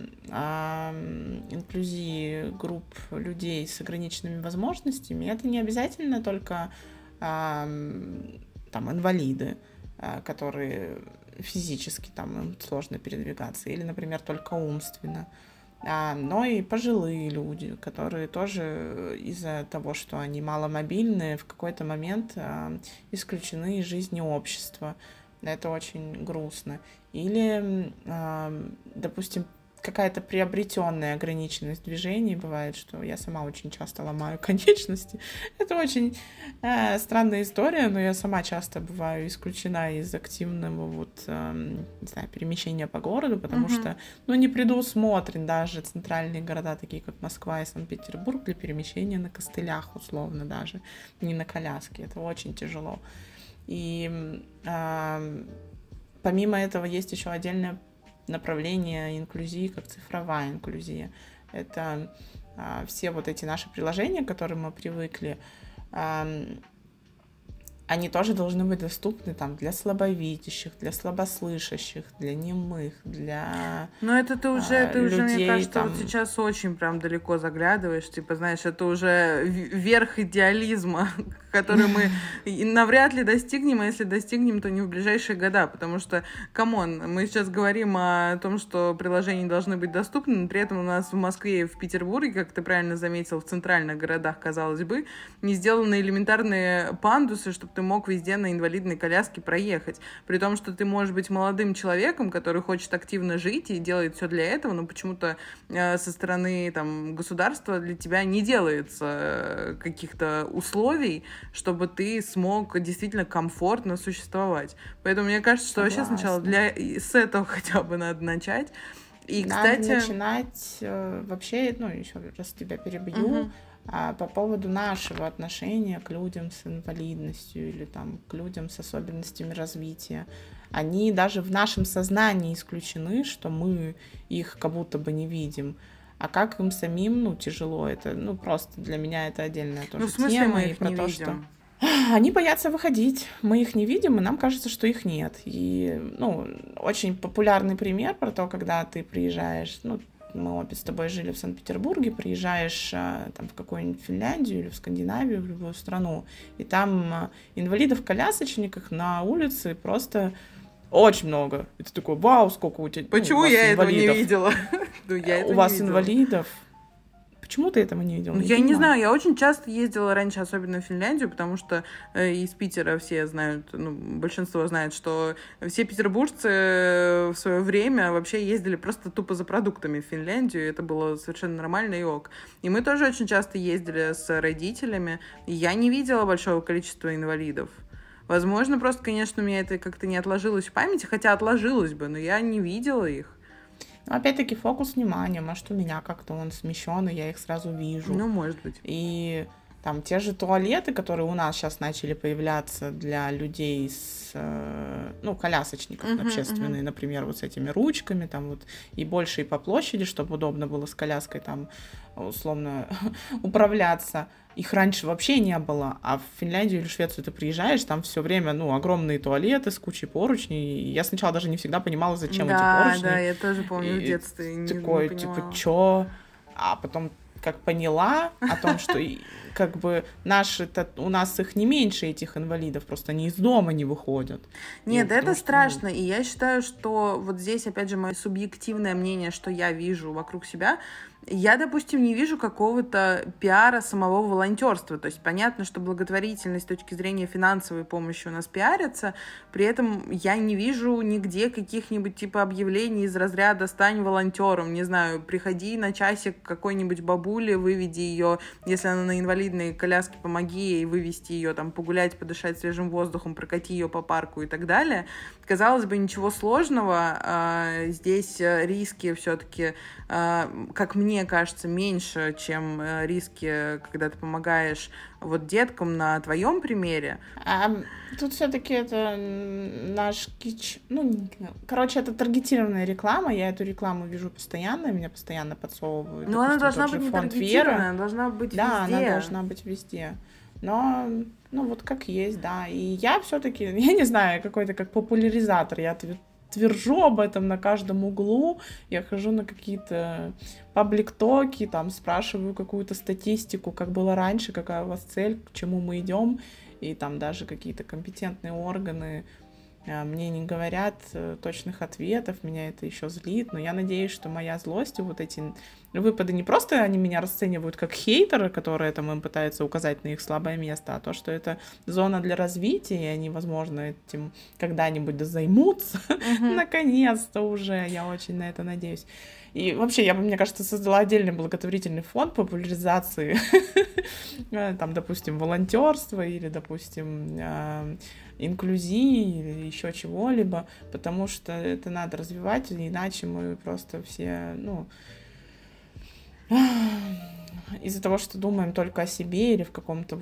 инклюзии групп людей с ограниченными возможностями. Это не обязательно только там инвалиды, которые физически там им сложно передвигаться, или, например, только умственно, но и пожилые люди, которые тоже из-за того, что они маломобильные, в какой-то момент исключены из жизни общества. Это очень грустно. Или, допустим, какая-то приобретенная ограниченность движений. Бывает, что я сама очень часто ломаю конечности. Это очень странная история, но я сама часто бываю исключена из активного не знаю, перемещения по городу, потому что не предусмотрен даже центральные города, такие как Москва и Санкт-Петербург, для перемещения на костылях, условно даже, не на коляске. Это очень тяжело. И помимо этого есть еще отдельное направление инклюзии, как цифровая инклюзия. Это все вот эти наши приложения, к которым мы привыкли, они тоже должны быть доступны там для слабовидящих, для слабослышащих, для немых, для Но это ты уже, людей, мне кажется, там... вот сейчас очень прям далеко заглядываешь, типа, знаешь, это уже верх идеализма, который мы навряд ли достигнем, а если достигнем, то не в ближайшие года, потому что, камон, мы сейчас говорим о том, что приложения должны быть доступны, но при этом у нас в Москве и в Петербурге, как ты правильно заметил, в центральных городах, казалось бы, не сделаны элементарные пандусы, чтобы ты мог везде на инвалидной коляске проехать. При том, что ты можешь быть молодым человеком, который хочет активно жить и делает все для этого, но почему-то со стороны там, государства для тебя не делается каких-то условий, чтобы ты смог действительно комфортно существовать. Поэтому мне кажется, что вообще сначала с этого хотя бы надо начать. И, надо кстати... начинать вообще, еще раз тебя перебью, по поводу нашего отношения к людям с инвалидностью или там, к людям с особенностями развития. Они даже в нашем сознании исключены, что мы их как будто бы не видим. А как им самим, тяжело это, просто для меня это отдельная тоже в смысле тема. мы их про не то, видим? Что они боятся выходить, мы их не видим, и нам кажется, что их нет. И, очень популярный пример про то, когда ты приезжаешь, мы обе с тобой жили в Санкт-Петербурге, приезжаешь там, в какую-нибудь Финляндию или в Скандинавию, в любую страну, и там инвалидов-колясочников на улице просто очень много. И ты такой, вау, сколько у тебя Почему я инвалидов? этого не видела? У вас инвалидов Почему ты этого не видел? Я не знаю, я очень часто ездила раньше, особенно в Финляндию, потому что из Питера все знают, большинство знает, что все петербуржцы в свое время вообще ездили просто тупо за продуктами в Финляндию, и это было совершенно нормально и ок. И мы тоже очень часто ездили с родителями, и я не видела большого количества инвалидов. Возможно, просто, конечно, у меня это как-то не отложилось в памяти, хотя отложилось бы, но я не видела их. Но опять-таки фокус внимания, может, у меня как-то он смещен, и я их сразу вижу. Может быть. И там те же туалеты, которые у нас сейчас начали появляться для людей с, колясочников общественные, например, вот с этими ручками, там вот, и больше и по площади, чтобы удобно было с коляской там условно управляться. Их раньше вообще не было, а в Финляндию или Швецию ты приезжаешь, там все время, огромные туалеты с кучей поручней, и я сначала даже не всегда понимала, зачем эти поручни. Да, я тоже помню в детстве. Такой, типа, чё? А потом как поняла о том, что как бы у нас их не меньше, этих инвалидов, просто они из дома не выходят. Нет, это страшно, и я считаю, что вот здесь, опять же, мое субъективное мнение, что я вижу вокруг себя, я, допустим, не вижу какого-то пиара самого волонтерства. То есть понятно, что благотворительность с точки зрения финансовой помощи у нас пиарится, при этом я не вижу нигде каких-нибудь типа объявлений из разряда «стань волонтером», не знаю, приходи на часик к какой-нибудь бабуле, выведи ее, если она на инвалидной коляске, помоги ей вывести ее, там, погулять, подышать свежим воздухом, прокати ее по парку и так далее. Казалось бы, ничего сложного, здесь риски все-таки, как мне кажется, меньше, чем риски, когда ты помогаешь вот деткам на твоем примере. Тут все-таки это наш кич... это таргетированная реклама, я эту рекламу вижу постоянно, меня постоянно подсовывают. Но она должна быть не таргетированная, она должна быть везде. Да, она должна быть везде. Но, вот как есть, да. И я все-таки, я не знаю, какой-то как популяризатор, я твержу об этом на каждом углу, я хожу на какие-то паблик-токи, там спрашиваю какую-то статистику, как было раньше, какая у вас цель, к чему мы идем, и там даже какие-то компетентные органы мне не говорят точных ответов, меня это еще злит, но я надеюсь, что моя злость и вот эти выпады не просто они меня расценивают как хейтеры, которые там им пытаются указать на их слабое место, а то, что это зона для развития, и они, возможно, этим когда-нибудь займутся, наконец-то уже, я очень на это надеюсь. И вообще, я бы, мне кажется, создала отдельный благотворительный фонд популяризации, там, допустим, волонтерства или, допустим, инклюзии или еще чего-либо, потому что это надо развивать, иначе мы просто все, из-за того, что думаем только о себе или в каком-то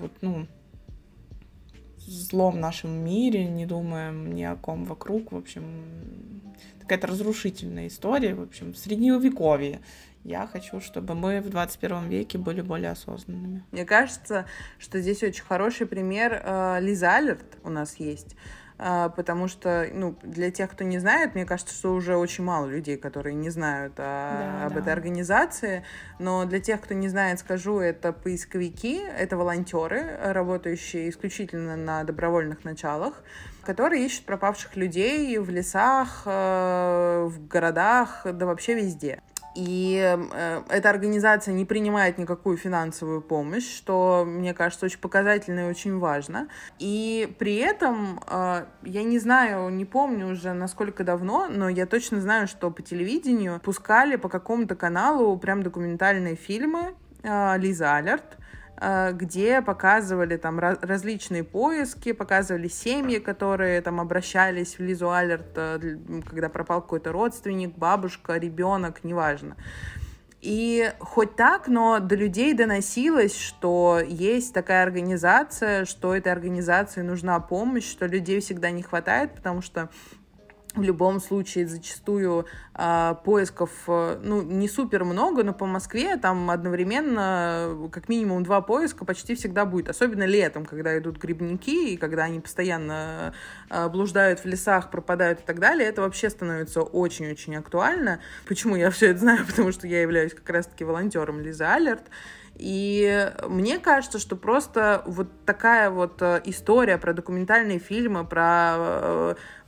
злом нашем мире, не думаем ни о ком вокруг, в общем, какая-то разрушительная история, в общем, в средневековье. Я хочу, чтобы мы в 21 веке были более осознанными. Мне кажется, что здесь очень хороший пример Лиза Алерт у нас есть. Потому что, для тех, кто не знает, мне кажется, что уже очень мало людей, которые не знают об этой организации. Но для тех, кто не знает, скажу, это поисковики, это волонтеры, работающие исключительно на добровольных началах, которые ищут пропавших людей в лесах, в городах, да вообще везде. И эта организация не принимает никакую финансовую помощь, что, мне кажется, очень показательно и очень важно. И при этом, я не знаю, не помню уже, насколько давно, но я точно знаю, что по телевидению пускали по какому-то каналу прям документальные фильмы Лиза Алерт, где показывали там различные поиски, показывали семьи, которые там обращались в Лизу Алерт, когда пропал какой-то родственник, бабушка, ребенок, неважно. И хоть так, но до людей доносилось, что есть такая организация, что этой организации нужна помощь, что людей всегда не хватает, потому что в любом случае зачастую поисков, не супер много, но по Москве там одновременно как минимум 2 поиска почти всегда будет. Особенно летом, когда идут грибники, и когда они постоянно блуждают в лесах, пропадают и так далее. Это вообще становится очень-очень актуально. Почему я все это знаю? Потому что я являюсь как раз-таки волонтером Лизы Алерт. И мне кажется, что просто вот такая вот история про документальные фильмы, про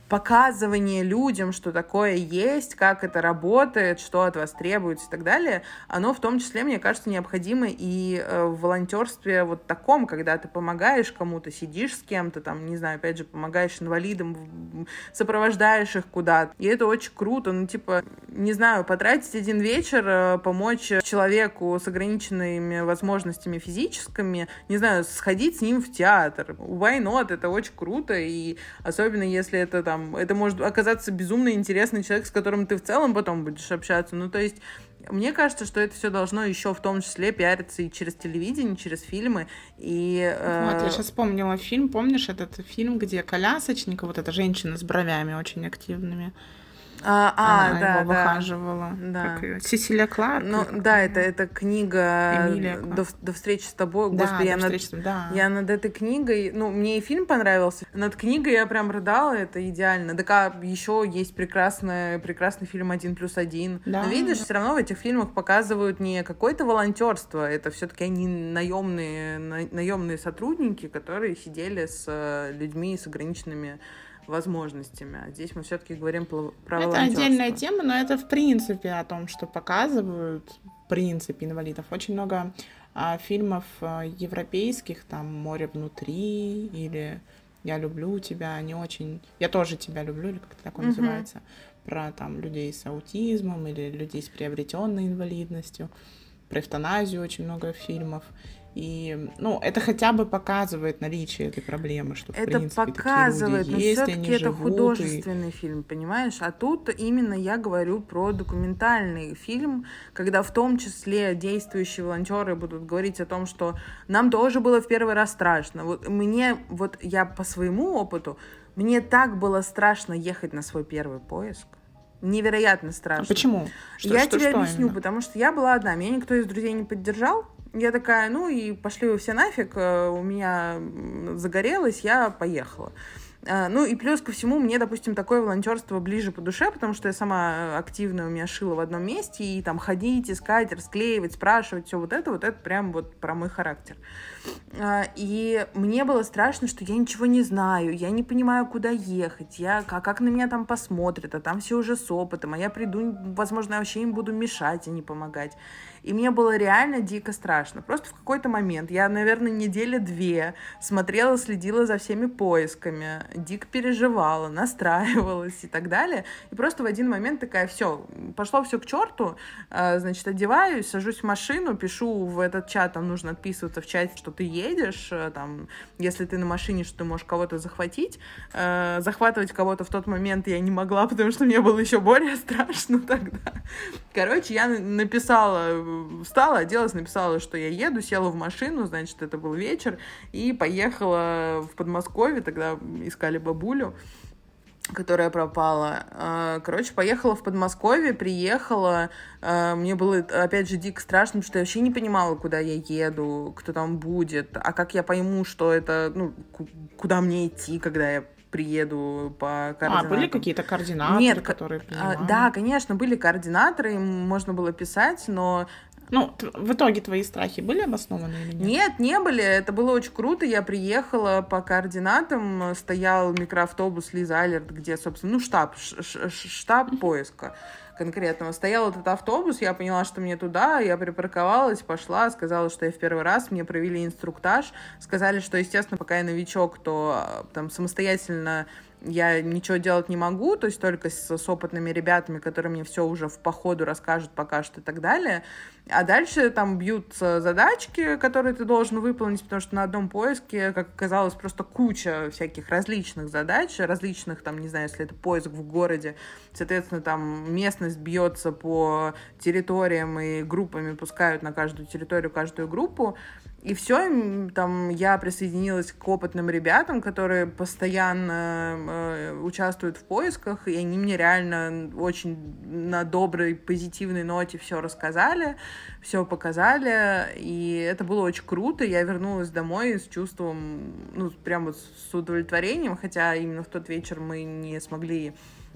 показывание людям, что такое есть, как это работает, что от вас требуется и так далее, оно в том числе, мне кажется, необходимо и в волонтерстве вот таком, когда ты помогаешь кому-то, сидишь с кем-то, там, не знаю, опять же, помогаешь инвалидам, сопровождаешь их куда-то. И это очень круто. Ну, типа, не знаю, потратить один вечер, помочь человеку с ограниченными возможностями физическими, не знаю, сходить с ним в театр. Why not? Это очень круто, и особенно если это там это может оказаться безумно интересный человек, с которым ты в целом потом будешь общаться. Ну, то есть, мне кажется, что это все должно еще в том числе пиариться и через телевидение, через фильмы. И, Вот, я сейчас вспомнила фильм, помнишь этот фильм, где колясочник, вот эта женщина с бровями очень активными, она да, его выхаживала. Да. Как её? Сесилия Кларк? Ну, да, это книга Эмилия до встречи с тобой. Да, Господи, я над этой книгой... Ну, мне и фильм понравился. Над книгой я прям рыдала, это идеально. Так, еще есть прекрасный фильм «1+1». Да. Но видишь, все равно в этих фильмах показывают не какое-то волонтерство, это все-таки они наемные сотрудники, которые сидели с людьми с ограниченными возможностями. А здесь мы все-таки говорим про волонтерство. Это отдельная тема, но это в принципе о том, что показывают в принципе инвалидов. Очень много фильмов европейских, там «Море внутри» или «Я люблю тебя», они очень... «Я тоже тебя люблю», или как-то такое называется, про там людей с аутизмом или людей с приобретенной инвалидностью. Про эвтаназию очень много фильмов. И, ну, это хотя бы показывает наличие этой проблемы, что, в это принципе, показывает, такие люди есть, но все-таки это живут, художественный фильм, понимаешь? А тут именно я говорю про документальный фильм, когда в том числе действующие волонтеры будут говорить о том, что нам тоже было в первый раз страшно. Вот я по своему опыту, мне так было страшно ехать на свой первый поиск. Невероятно страшно. А почему? Я тебе объясню, именно? Потому что я была одна, меня никто из друзей не поддержал. Я такая, ну и пошли вы все нафиг, у меня загорелось, я поехала. Ну и плюс ко всему, мне, допустим, такое волонтерство ближе по душе, потому что я сама активно у меня шила в одном месте, и там ходить, искать, расклеивать, спрашивать, все вот это прям вот про мой характер. И мне было страшно, что я ничего не знаю, я не понимаю, куда ехать, как на меня там посмотрят, а там все уже с опытом, а я приду, возможно, я вообще им буду мешать, а не помогать. И мне было реально дико страшно. Просто в какой-то момент я, наверное, 2 недели смотрела, следила за всеми поисками, дико переживала, настраивалась и так далее. И просто в один момент такая, все, пошло все к черту, значит, одеваюсь, сажусь в машину, пишу в этот чат, там нужно отписываться в чате, что ты едешь, там, если ты на машине, что ты можешь кого-то захватить. Захватывать кого-то в тот момент я не могла, потому что мне было еще более страшно тогда. Короче, я встала, оделась, написала, что я еду, села в машину, значит, это был вечер, и поехала в Подмосковье, тогда искали бабулю, которая пропала. Короче, поехала в Подмосковье, приехала, мне было, опять же, дико страшно, потому что я вообще не понимала, куда я еду, кто там будет, а как я пойму, что это, ну, куда мне идти, когда я приеду по координатам. Были какие-то координаторы, Нет, которые принимали? Да, конечно, были координаторы, им можно было писать, но... Ну, в итоге твои страхи были обоснованы или нет? Нет, не были. Это было очень круто. Я приехала по координатам, стоял микроавтобус Лиза Алерт, где, собственно, штаб поиска конкретного. Стоял этот автобус, я поняла, что мне туда, я припарковалась, пошла, сказала, что я в первый раз, мне провели инструктаж, сказали, что, естественно, пока я новичок, то там самостоятельно я ничего делать не могу, то есть только с опытными ребятами, которые мне все уже в походу расскажут, покажут и так далее. А дальше там бьются задачки, которые ты должен выполнить, потому что на одном поиске, как оказалось, просто куча всяких различных задач, различных, там, не знаю, если это поиск в городе, соответственно, там местность бьется по территориям и группами пускают на каждую территорию, каждую группу. И все, там я присоединилась к опытным ребятам, которые постоянно участвуют в поисках, и они мне реально очень на доброй, позитивной ноте все рассказали, все показали, и это было очень круто. Я вернулась домой с чувством, ну, прям вот с удовлетворением, хотя именно в тот вечер мы не смогли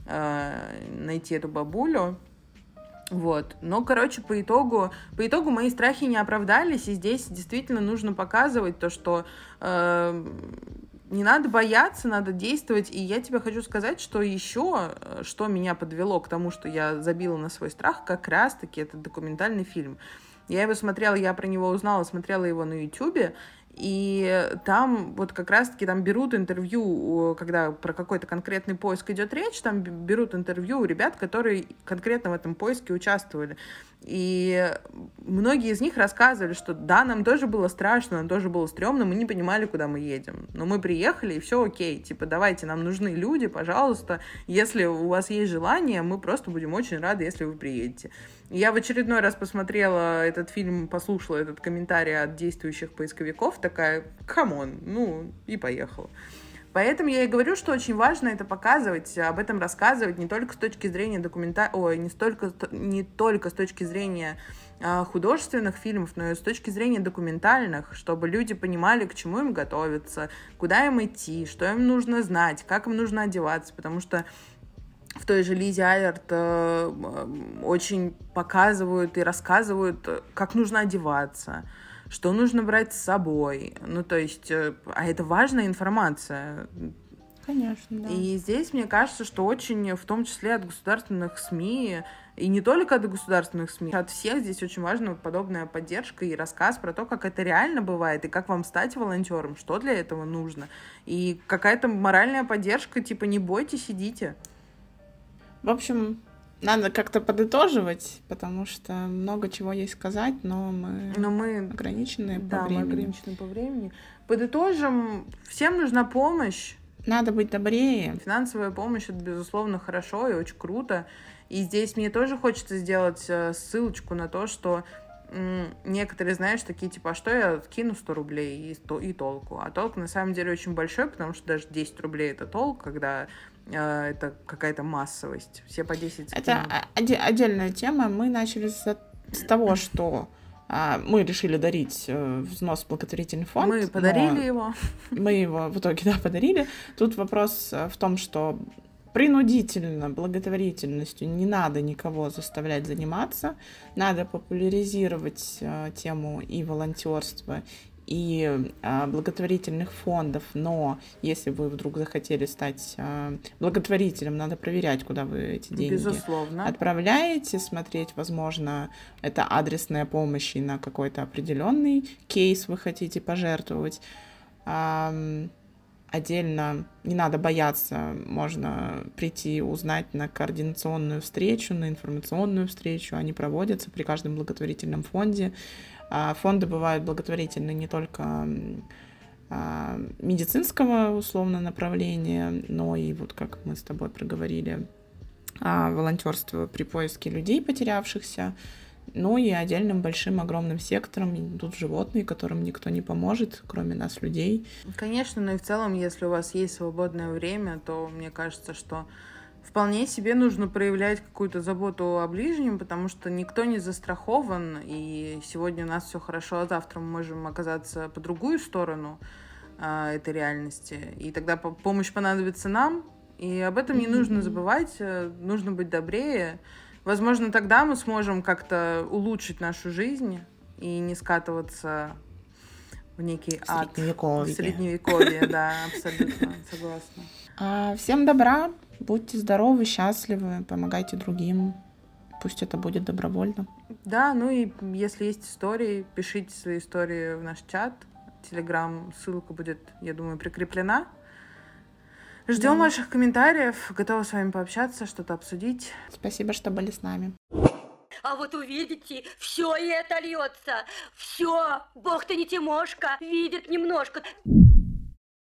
найти эту бабулю. Вот. Но, короче, по итогу мои страхи не оправдались, и здесь действительно нужно показывать то, что Не надо бояться, надо действовать. И я тебе хочу сказать, что еще, что меня подвело к тому, что я забила на свой страх, как раз-таки этот документальный фильм. Я его смотрела, я про него узнала, смотрела его на Ютубе, и там вот как раз-таки там берут интервью, когда про какой-то конкретный поиск идет речь, там берут интервью у ребят, которые конкретно в этом поиске участвовали. И многие из них рассказывали, что да, нам тоже было страшно, нам тоже было стрёмно, мы не понимали, куда мы едем. Но мы приехали, и все окей. Типа, давайте, нам нужны люди, пожалуйста. Если у вас есть желание, мы просто будем очень рады, если вы приедете. Я в очередной раз посмотрела этот фильм, послушала этот комментарий от действующих поисковиков, такая, камон, ну и поехала. Поэтому я и говорю, что очень важно это показывать, об этом рассказывать не только с точки зрения не только с точки зрения художественных фильмов, но и с точки зрения документальных, чтобы люди понимали, к чему им готовиться, куда им идти, что им нужно знать, как им нужно одеваться, потому что в той же Лизе Алерт очень показывают и рассказывают, как нужно одеваться, что нужно брать с собой. Ну, то есть, а это важная информация. Конечно, да. И здесь, мне кажется, что очень, в том числе от государственных СМИ, и не только от государственных СМИ, от всех здесь очень важна подобная поддержка и рассказ про то, как это реально бывает, и как вам стать волонтером, что для этого нужно. И какая-то моральная поддержка, типа, не бойтесь, идите. В общем, надо как-то подытоживать, потому что много чего есть сказать, но мы ограничены по времени. Да, мы ограничены по времени. Подытожим, всем нужна помощь. Надо быть добрее. Финансовая помощь — это, безусловно, хорошо и очень круто. И здесь мне тоже хочется сделать ссылочку на то, что некоторые, знаешь, такие, типа, а что я кину 100 рублей и толку? А толк на самом деле очень большой, потому что даже 10 рублей — это толк, когда это какая-то массовость. Все по 10 скинут. Это отдельная тема. Мы начали с того, что мы решили дарить взнос в благотворительный фонд. Мы подарили его. Мы его в итоге, да, подарили. Тут вопрос в том, что принудительно благотворительностью не надо никого заставлять заниматься. Надо популяризировать тему и волонтерства, и благотворительных фондов, но если вы вдруг захотели стать благотворителем, надо проверять, куда вы эти деньги отправляете, смотреть, возможно, это адресная помощь и на какой-то определенный кейс вы хотите пожертвовать. Отдельно не надо бояться, можно прийти узнать на координационную встречу, на информационную встречу, они проводятся при каждом благотворительном фонде. Фонды бывают благотворительные не только медицинского, условно, направления, но и, вот как мы с тобой проговорили, волонтерство при поиске людей, потерявшихся, ну и отдельным большим огромным сектором идут животные, которым никто не поможет, кроме нас, людей. Конечно, но и в целом, если у вас есть свободное время, то мне кажется, что вполне себе нужно проявлять какую-то заботу о ближнем, потому что никто не застрахован, и сегодня у нас все хорошо, а завтра мы можем оказаться по другую сторону этой реальности, и тогда помощь понадобится нам, и об этом не нужно забывать, нужно быть добрее. Возможно, тогда мы сможем как-то улучшить нашу жизнь и не скатываться в некий ад. В средневековье, да, абсолютно согласна. Всем добра, будьте здоровы, счастливы, помогайте другим. Пусть это будет добровольно. Да, ну и если есть истории, пишите свои истории в наш чат. Телеграм, ссылка будет, я думаю, прикреплена. Ждем ваших комментариев, готова с вами пообщаться, что-то обсудить. Спасибо, что были с нами. А вот увидите, все и это льется. Все, Бог-то не Тимошка, видит немножко.